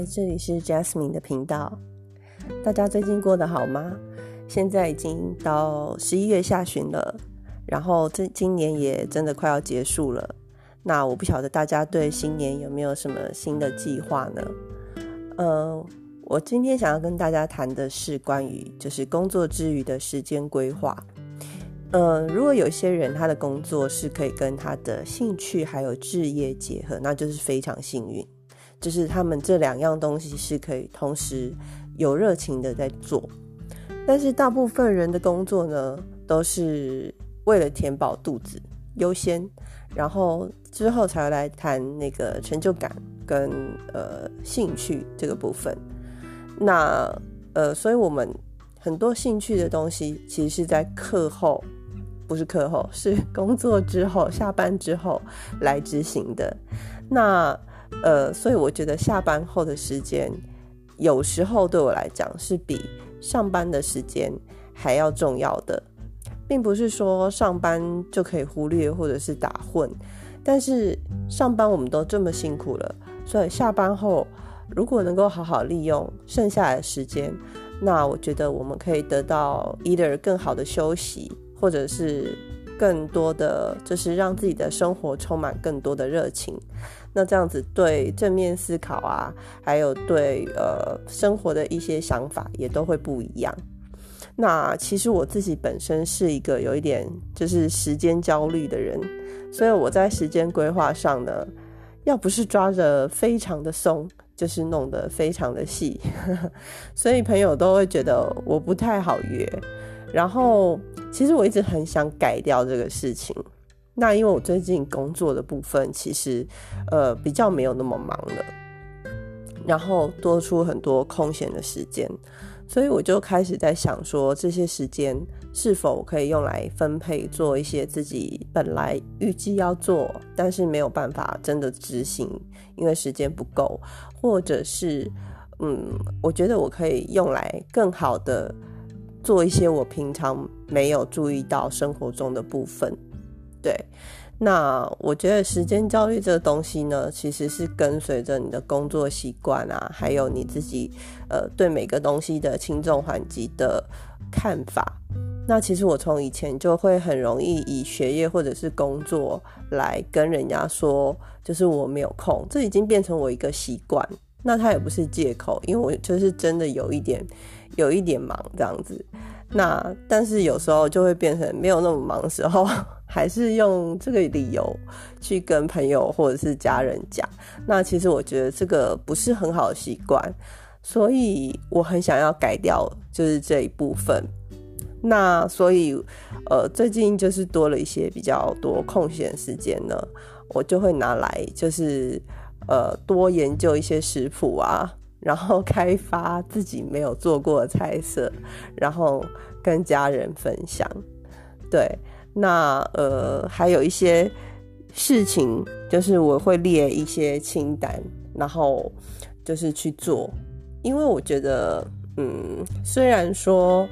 这里是 Jasmine 的频道。大家最近过得好吗？现在已经到11月下旬了，然后今年也真的快要结束了。那我不晓得大家对新年有没有什么新的计划呢？我今天想要跟大家谈的是关于就是工作之余的时间规划。如果有些人他的工作是可以跟他的兴趣还有志业结合，那就是非常幸运，就是他们这两样东西是可以同时有热情的在做。但是大部分人的工作呢，都是为了填饱肚子优先，然后之后才来谈那个成就感跟兴趣这个部分。那所以我们很多兴趣的东西其实是在不是课后，是工作之后，下班之后来执行的。那所以我觉得下班后的时间有时候对我来讲是比上班的时间还要重要的，并不是说上班就可以忽略或者是打混，但是上班我们都这么辛苦了，所以下班后如果能够好好利用剩下来的时间，那我觉得我们可以得到 either 更好的休息，或者是更多的就是让自己的生活充满更多的热情。那这样子对正面思考啊，还有对生活的一些想法也都会不一样。那其实我自己本身是一个有一点就是时间焦虑的人，所以我在时间规划上呢，要不是抓着非常的松，就是弄得非常的细所以朋友都会觉得我不太好约。然后其实我一直很想改掉这个事情，那因为我最近工作的部分其实比较没有那么忙了，然后多出很多空闲的时间，所以我就开始在想说，这些时间是否可以用来分配做一些自己本来预计要做但是没有办法真的执行，因为时间不够，或者是我觉得我可以用来更好的做一些我平常没有注意到生活中的部分。对，那我觉得时间焦虑这个东西呢，其实是跟随着你的工作习惯啊，还有你自己对每个东西的轻重缓急的看法。那其实我从以前就会很容易以学业或者是工作来跟人家说就是我没有空，这已经变成我一个习惯。那它也不是借口，因为我就是真的有一点忙这样子。那但是有时候就会变成没有那么忙的时候，还是用这个理由去跟朋友或者是家人讲。那其实我觉得这个不是很好的习惯，所以我很想要改掉就是这一部分。那所以最近就是多了一些比较多空闲时间呢，我就会拿来就是多研究一些食谱啊，然后开发自己没有做过的菜色，然后跟家人分享。对，那还有一些事情就是我会列一些清单，然后就是去做。因为我觉得虽然说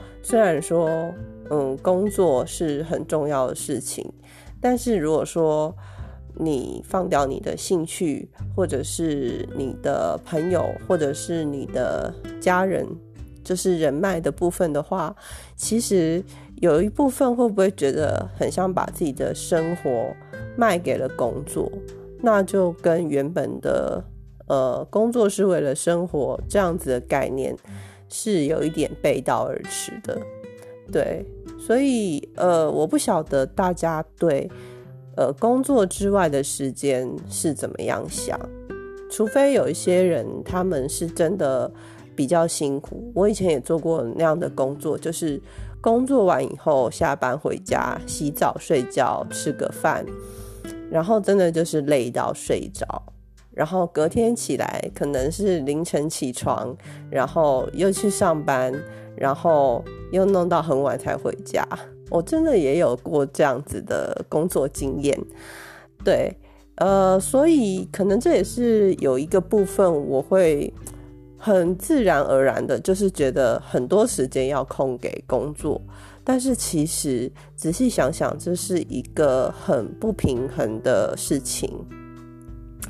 工作是很重要的事情，但是如果说你放掉你的兴趣，或者是你的朋友，或者是你的家人，就是人脉的部分的话，其实有一部分会不会觉得很像把自己的生活卖给了工作，那就跟原本的工作是为了生活这样子的概念是有一点背道而驰的。对，所以我不晓得大家对工作之外的时间是怎么样想，除非有一些人他们是真的比较辛苦。我以前也做过那样的工作，就是工作完以后下班回家洗澡睡觉吃个饭，然后真的就是累到睡着，然后隔天起来可能是凌晨起床，然后又去上班，然后又弄到很晚才回家。我真的也有过这样子的工作经验。对，所以可能这也是有一个部分我会很自然而然的就是觉得很多时间要空给工作，但是其实仔细想想，这是一个很不平衡的事情。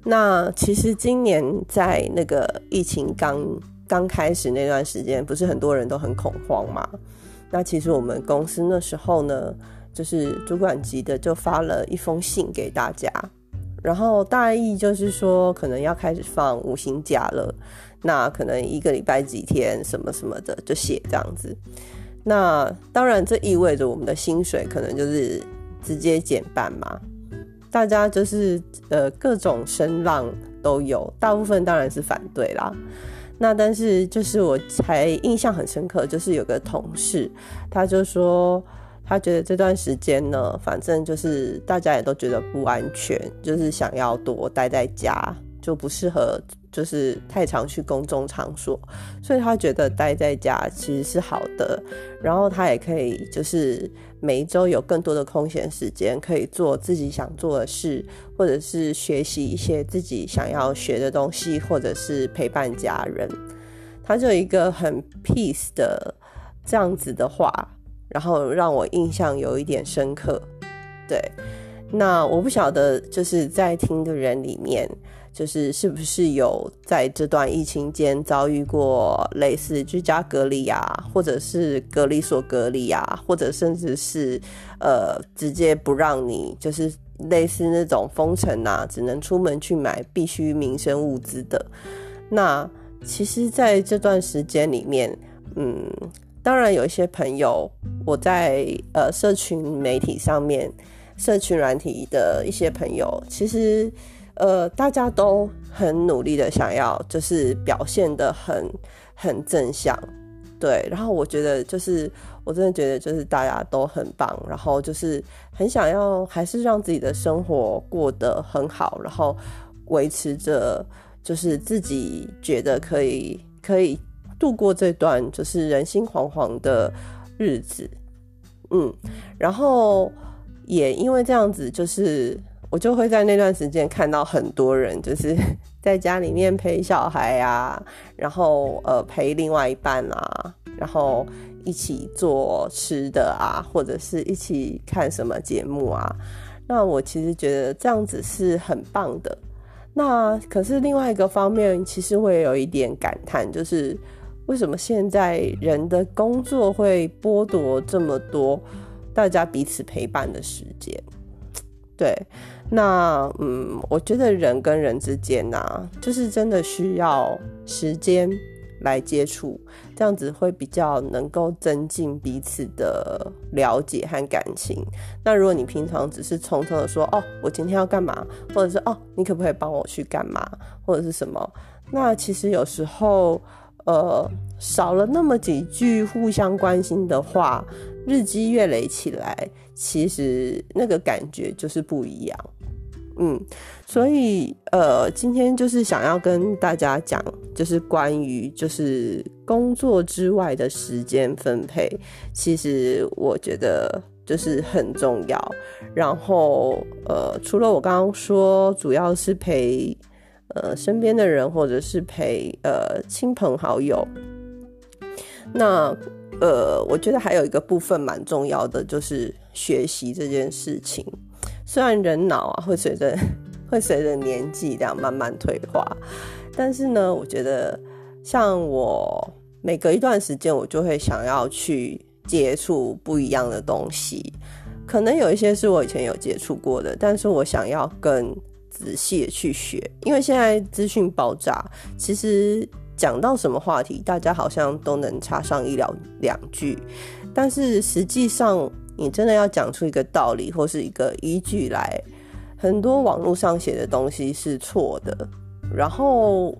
那其实今年在那个疫情刚开始那段时间，不是很多人都很恐慌嘛？那其实我们公司那时候呢，就是主管级的就发了一封信给大家，然后大意就是说可能要开始放无薪假了，那可能1个礼拜几天什么什么的就写这样子。那当然这意味着我们的薪水可能就是直接减半嘛，大家就是各种声浪都有，大部分当然是反对啦。那但是就是我才印象很深刻，就是有个同事他就说他觉得这段时间呢，反正就是大家也都觉得不安全，就是想要多待在家，就不适合就是太常去公众场所，所以他觉得待在家其实是好的，然后他也可以就是每一周有更多的空闲时间，可以做自己想做的事，或者是学习一些自己想要学的东西，或者是陪伴家人。他就有一个很 peace 的这样子的话，然后让我印象有一点深刻。对，那我不晓得就是在听的人里面，就是是不是有在这段疫情间遭遇过类似居家隔离啊，或者是隔离所隔离啊，或者甚至是直接不让你就是类似那种封城啊，只能出门去买必需民生物资的。那其实在这段时间里面当然有一些朋友，我在社群媒体上面，社群软体的一些朋友，其实大家都很努力的想要就是表现得很正向，对，然后我觉得就是我真的觉得就是大家都很棒，然后就是很想要还是让自己的生活过得很好，然后维持着就是自己觉得可以度过这段就是人心惶惶的日子。然后也因为这样子，就是我就会在那段时间看到很多人就是在家里面陪小孩啊，然后陪另外一半啊，然后一起做吃的啊，或者是一起看什么节目啊。那我其实觉得这样子是很棒的。那可是另外一个方面，其实我也有一点感叹，就是为什么现在人的工作会剥夺这么多大家彼此陪伴的时间？对，那我觉得人跟人之间啊，就是真的需要时间来接触，这样子会比较能够增进彼此的了解和感情。那如果你平常只是匆匆的说我今天要干嘛，或者是你可不可以帮我去干嘛，或者是什么，那其实有时候少了那么几句互相关心的话，日积月累起来，其实那个感觉就是不一样。所以今天就是想要跟大家讲，就是关于就是工作之外的时间分配，其实我觉得就是很重要。然后除了我刚刚说主要是陪身边的人，或者是陪亲朋好友，那我觉得还有一个部分蛮重要的，就是学习这件事情。虽然人脑会随着年纪这样慢慢退化，但是呢，我觉得像我每隔一段时间，我就会想要去接触不一样的东西。可能有一些是我以前有接触过的，但是我想要更仔细的去学，因为现在资讯爆炸，其实讲到什么话题，大家好像都能插上一两句，但是实际上你真的要讲出一个道理或是一个依据来，很多网络上写的东西是错的。然后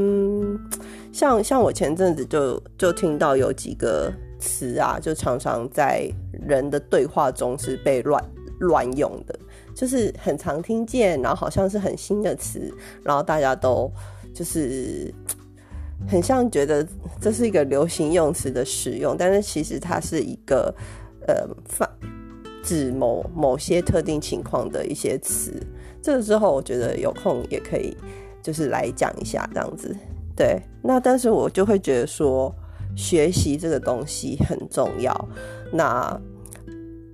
像我前阵子就听到有几个词啊，就常常在人的对话中是被乱用的，就是很常听见，然后好像是很新的词，然后大家都就是很像觉得这是一个流行用词的使用，但是其实它是一个指某些特定情况的一些词。这个时候我觉得有空也可以就是来讲一下这样子。对，那但是我就会觉得说学习这个东西很重要。那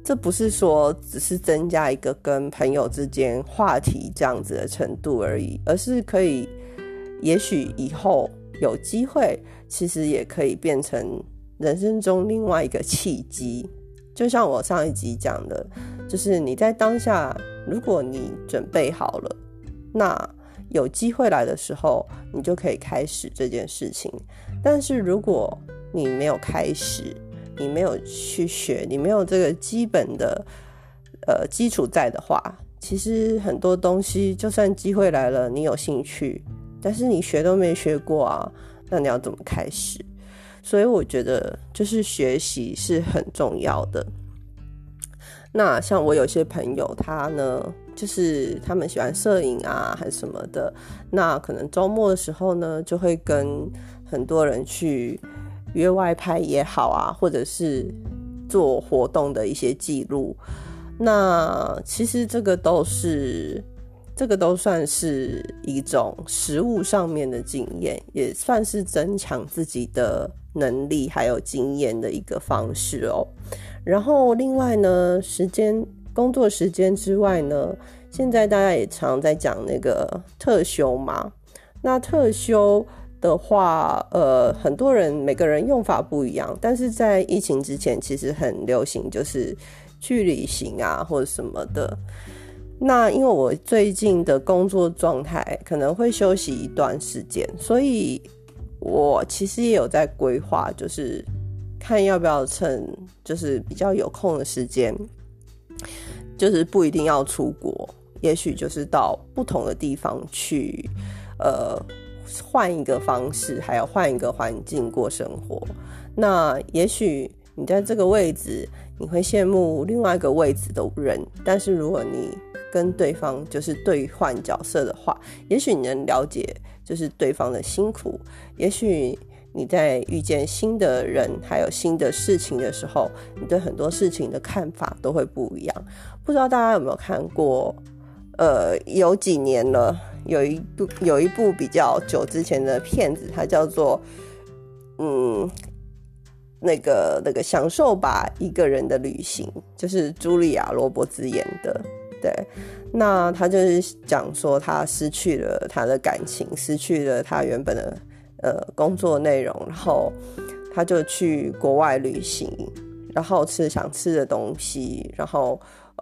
这不是说只是增加一个跟朋友之间话题这样子的程度而已，而是可以也许以后有机会其实也可以变成人生中另外一个契机。就像我上一集讲的，就是你在当下如果你准备好了，那有机会来的时候你就可以开始这件事情。但是如果你没有开始，你没有去学，你没有这个基本的基础在的话，其实很多东西就算机会来了，你有兴趣，但是你学都没学过啊，那你要怎么开始？所以我觉得就是学习是很重要的。那像我有些朋友他呢，就是他们喜欢摄影啊还是什么的，那可能周末的时候呢就会跟很多人去约外拍也好啊，或者是做活动的一些记录。那其实这个都算是一种实务上面的经验，也算是增强自己的能力还有经验的一个方式哦。然后另外呢，工作时间之外呢，现在大家也常在讲那个特休嘛。那特休的话，很多人每个人用法不一样，但是在疫情之前其实很流行就是去旅行啊或者什么的。那因为我最近的工作状态可能会休息一段时间，所以我其实也有在规划，就是看要不要趁就是比较有空的时间，就是不一定要出国，也许就是到不同的地方去换一个方式，还有换一个环境过生活。那也许你在这个位置你会羡慕另外一个位置的人，但是如果你跟对方就是兑换角色的话，也许你能了解就是对方的辛苦，也许你在遇见新的人还有新的事情的时候，你对很多事情的看法都会不一样。不知道大家有没有看过有几年了，有一部比较久之前的片子，它叫做那个享受吧一个人的旅行，就是茱莉亚·罗伯兹演的。对，那他就是讲说他失去了他的感情，失去了他原本的工作内容，然后他就去国外旅行，然后吃想吃的东西，然后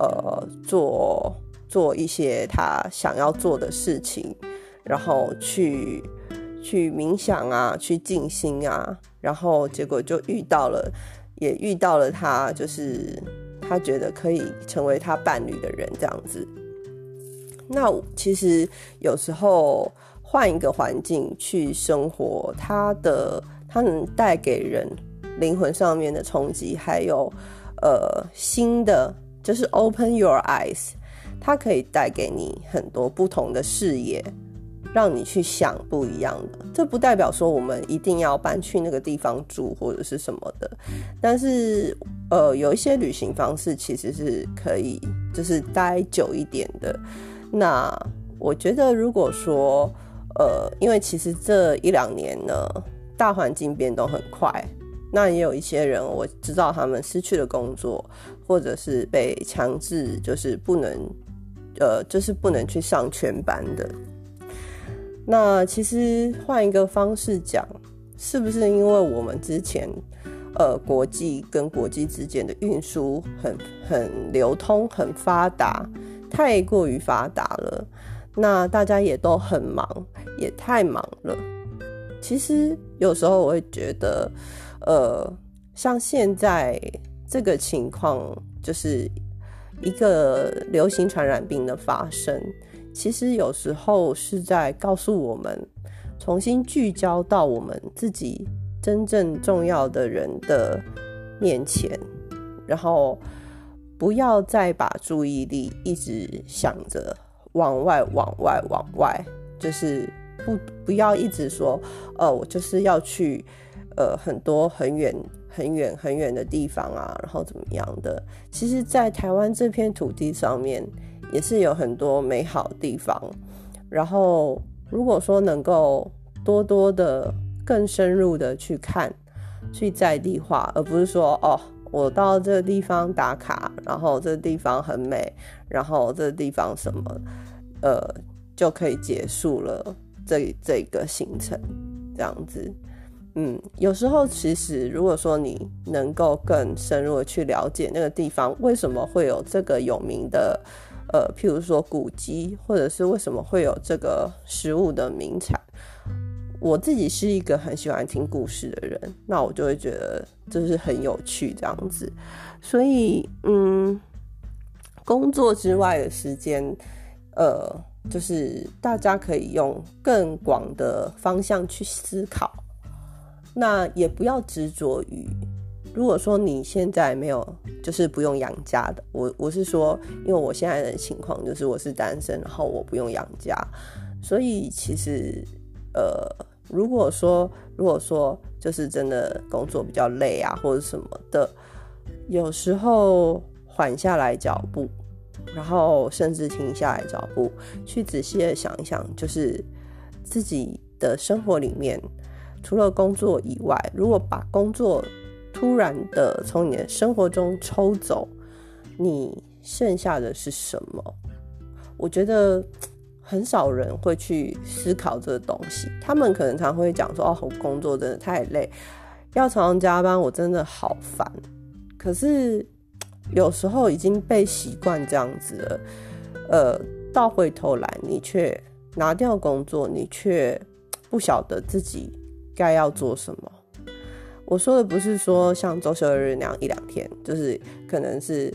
做一些他想要做的事情，然后去冥想啊，去静心啊，然后结果就遇到了他，就是他觉得可以成为他伴侣的人这样子。那其实有时候换一个环境去生活，它能带给人灵魂上面的冲击，还有新的就是 open your eyes， 它可以带给你很多不同的视野，让你去想不一样的。这不代表说我们一定要搬去那个地方住或者是什么的，但是有一些旅行方式其实是可以就是待久一点的。那我觉得如果说因为其实这1-2年呢大环境变动很快，那也有一些人我知道他们失去了工作，或者是被强制就是不能去上全班的。那其实换一个方式讲，是不是因为我们之前国际跟国际之间的运输很流通很发达，太过于发达了，那大家也都很忙，也太忙了。其实有时候我会觉得像现在这个情况，就是一个流行传染病的发生，其实有时候是在告诉我们重新聚焦到我们自己真正重要的人的面前，然后不要再把注意力一直想着往外，就是不要一直说我就是要去很多很远的地方啊，然后怎么样的。其实在台湾这片土地上面也是有很多美好的地方，然后如果说能够多的更深入的去看，去在地化，而不是说我到这个地方打卡，然后这个地方很美，然后这个地方什么就可以结束了这个行程这样子。有时候其实如果说你能够更深入的去了解那个地方为什么会有这个有名的譬如说古迹，或者是为什么会有这个食物的名产，我自己是一个很喜欢听故事的人，那我就会觉得就是很有趣这样子。所以工作之外的时间就是大家可以用更广的方向去思考，那也不要执着于，如果说你现在没有就是不用养家的，我是说因为我现在的情况就是我是单身，然后我不用养家，所以其实如果说就是真的工作比较累啊或者什么的，有时候缓下来脚步，然后甚至停下来脚步，去仔细的想一想，就是自己的生活里面除了工作以外，如果把工作突然的从你的生活中抽走，你剩下的是什么？我觉得很少人会去思考这个东西，他们可能常会讲说我工作真的太累，要常常加班，我真的好烦。可是有时候已经被习惯这样子了，到回头来你却拿掉工作，你却不晓得自己该要做什么。我说的不是说像周休2日那样1-2天，就是可能是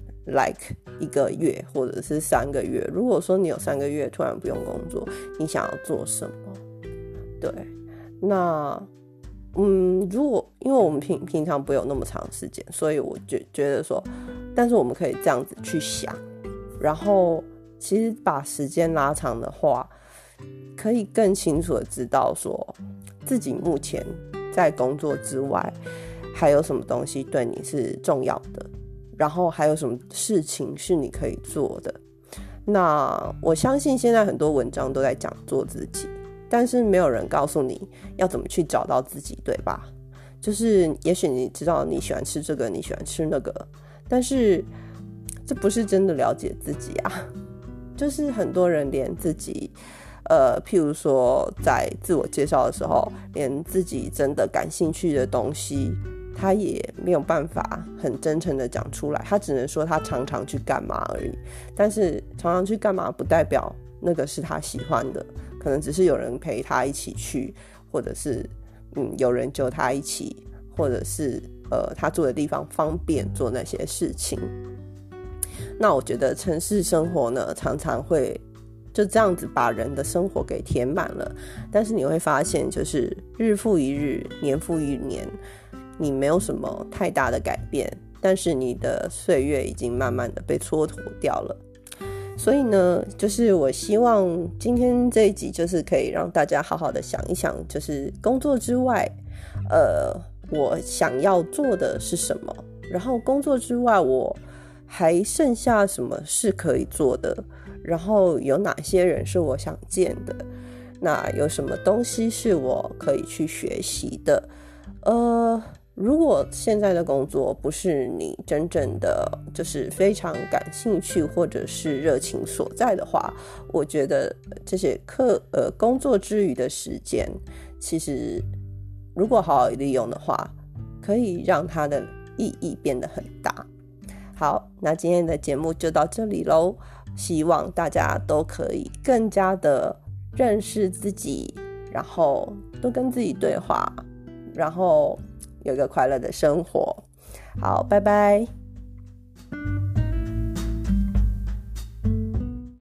like 1个月或者是3个月。如果说你有3个月突然不用工作，你想要做什么？对，那如果因为我们平常不会有那么长时间，所以我觉得说，但是我们可以这样子去想，然后其实把时间拉长的话，可以更清楚的知道说自己目前在工作之外还有什么东西对你是重要的，然后还有什么事情是你可以做的。那我相信现在很多文章都在讲做自己，但是没有人告诉你要怎么去找到自己，对吧？就是也许你知道你喜欢吃这个，你喜欢吃那个，但是这不是真的了解自己啊。就是很多人连自己譬如说在自我介绍的时候，连自己真的感兴趣的东西他也没有办法很真诚的讲出来，他只能说他常常去干嘛而已。但是常常去干嘛不代表那个是他喜欢的，可能只是有人陪他一起去，或者是有人揪他一起，或者是他住的地方方便做那些事情。那我觉得城市生活呢，常常会就这样子把人的生活给填满了，但是你会发现就是日复一日，年复一年，你没有什么太大的改变，但是你的岁月已经慢慢的被蹉跎掉了。所以呢，就是我希望今天这一集就是可以让大家好好的想一想，就是工作之外我想要做的是什么，然后工作之外我还剩下什么是可以做的，然后有哪些人是我想见的，那有什么东西是我可以去学习的。如果现在的工作不是你真正的就是非常感兴趣或者是热情所在的话，我觉得这些工作之余的时间，其实如果好好利用的话，可以让它的意义变得很大。好，那今天的节目就到这里咯，希望大家都可以更加的认识自己，然后多跟自己对话，然后有一个快乐的生活。好，拜拜。